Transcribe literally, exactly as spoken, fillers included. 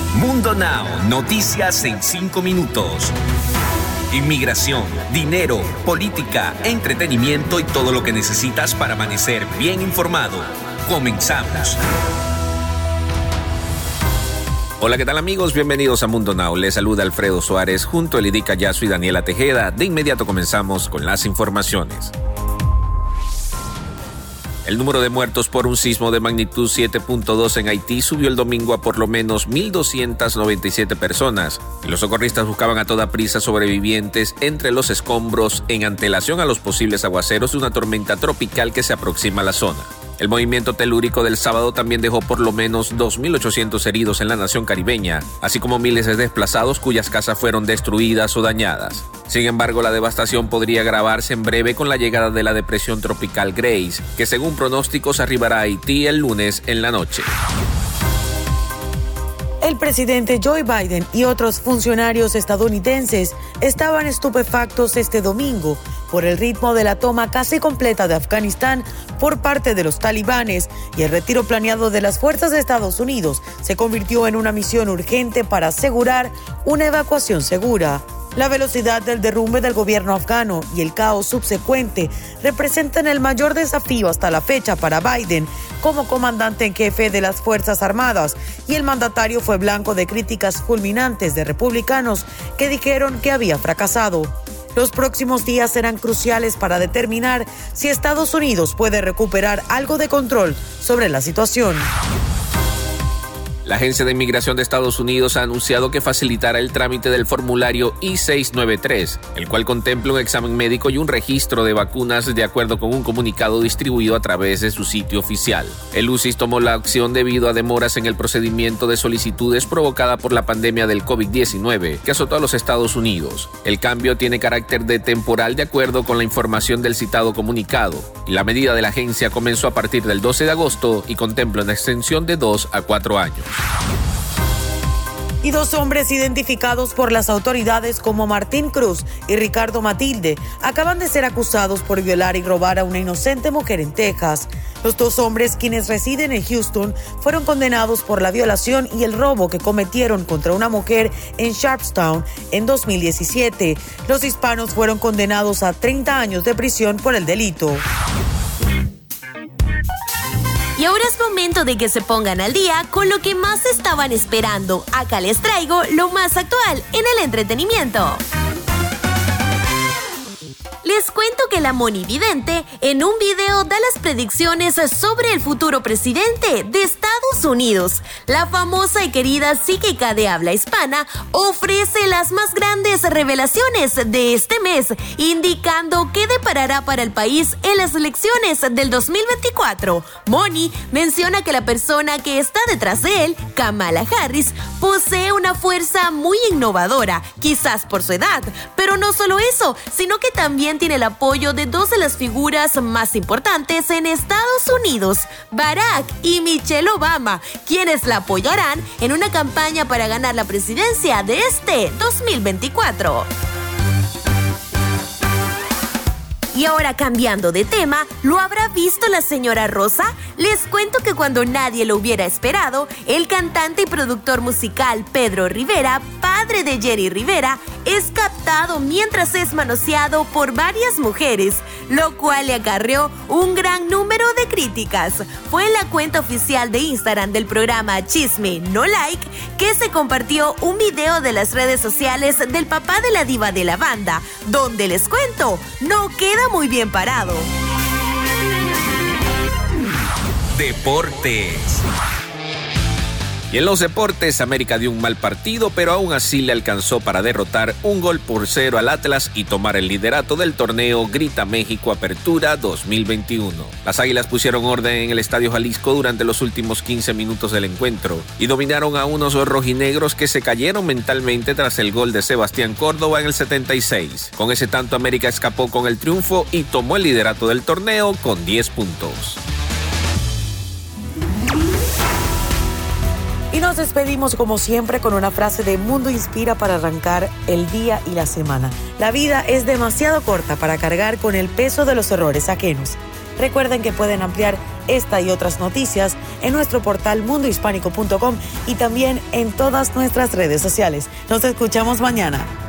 Mundo Now, noticias en cinco minutos. Inmigración, dinero, política, entretenimiento y todo lo que necesitas para amanecer bien informado. Comenzamos. Hola, ¿qué tal amigos? Bienvenidos a Mundo Now. Les saluda Alfredo Suárez junto a Lidica Yasu y Daniela Tejeda. De inmediato comenzamos con las informaciones. El número de muertos por un sismo de magnitud siete punto dos en Haití subió el domingo a por lo menos mil doscientas noventa y siete personas. Y los socorristas buscaban a toda prisa sobrevivientes entre los escombros en antelación a los posibles aguaceros de una tormenta tropical que se aproxima a la zona. El movimiento telúrico del sábado también dejó por lo menos dos mil ochocientos heridos en la nación caribeña, así como miles de desplazados cuyas casas fueron destruidas o dañadas. Sin embargo, la devastación podría agravarse en breve con la llegada de la depresión tropical Grace, que según pronósticos arribará a Haití el lunes en la noche. El presidente Joe Biden y otros funcionarios estadounidenses estaban estupefactos este domingo por el ritmo de la toma casi completa de Afganistán por parte de los talibanes, y el retiro planeado de las fuerzas de Estados Unidos se convirtió en una misión urgente para asegurar una evacuación segura. La velocidad del derrumbe del gobierno afgano y el caos subsecuente representan el mayor desafío hasta la fecha para Biden como comandante en jefe de las Fuerzas Armadas, y el mandatario fue blanco de críticas fulminantes de republicanos que dijeron que había fracasado. Los próximos días serán cruciales para determinar si Estados Unidos puede recuperar algo de control sobre la situación. La Agencia de Inmigración de Estados Unidos ha anunciado que facilitará el trámite del formulario I seiscientos noventa y tres, el cual contempla un examen médico y un registro de vacunas de acuerdo con un comunicado distribuido a través de su sitio oficial. El U C I S tomó la acción debido a demoras en el procedimiento de solicitudes provocada por la pandemia del COVID diecinueve que azotó a los Estados Unidos. El cambio tiene carácter de temporal de acuerdo con la información del citado comunicado, y la medida de la agencia comenzó a partir del doce de agosto y contempla una extensión de dos a cuatro años. Y dos hombres identificados por las autoridades como Martín Cruz y Ricardo Matilde acaban de ser acusados por violar y robar a una inocente mujer en Texas. Los dos hombres, quienes residen en Houston, fueron condenados por la violación y el robo que cometieron contra una mujer en Sharpstown en dos mil diecisiete. Los hispanos fueron condenados a treinta años de prisión por el delito. Y ahora es momento de que se pongan al día con lo que más estaban esperando. Acá les traigo lo más actual en el entretenimiento. Les cuento que la Moni Vidente en un video da las predicciones sobre el futuro presidente de Estados Unidos. La famosa y querida psíquica de habla hispana ofrece las más grandes revelaciones de este mes, indicando qué deparará para el país en las elecciones del dos mil veinticuatro. Moni menciona que la persona que está detrás de él, Kamala Harris, posee una fuerza muy innovadora, quizás por su edad, pero no solo eso, sino que también tiene el apoyo de dos de las figuras más importantes en Estados Unidos, Barack y Michelle Obama, quienes la apoyarán en una campaña para ganar la presidencia de este dos mil veinticuatro. Y ahora, cambiando de tema, ¿lo habrá visto la señora Rosa? Les cuento que cuando nadie lo hubiera esperado, el cantante y productor musical Pedro Rivera, padre de Jerry Rivera, es captado mientras es manoseado por varias mujeres, lo cual le acarreó un gran número de críticas. Fue en la cuenta oficial de Instagram del programa Chisme No Like que se compartió un video de las redes sociales del papá de la diva de la banda, donde les cuento, no queda muy bien parado. Deportes. Y en los deportes, América dio un mal partido, pero aún así le alcanzó para derrotar un gol por cero al Atlas y tomar el liderato del torneo Grita México Apertura dos mil veintiuno. Las Águilas pusieron orden en el Estadio Jalisco durante los últimos quince minutos del encuentro y dominaron a unos rojinegros que se cayeron mentalmente tras el gol de Sebastián Córdoba en el setenta y seis. Con ese tanto, América escapó con el triunfo y tomó el liderato del torneo con diez puntos. Y nos despedimos como siempre con una frase de Mundo Inspira para arrancar el día y la semana. La vida es demasiado corta para cargar con el peso de los errores ajenos. Recuerden que pueden ampliar esta y otras noticias en nuestro portal mundo hispánico punto com y también en todas nuestras redes sociales. Nos escuchamos mañana.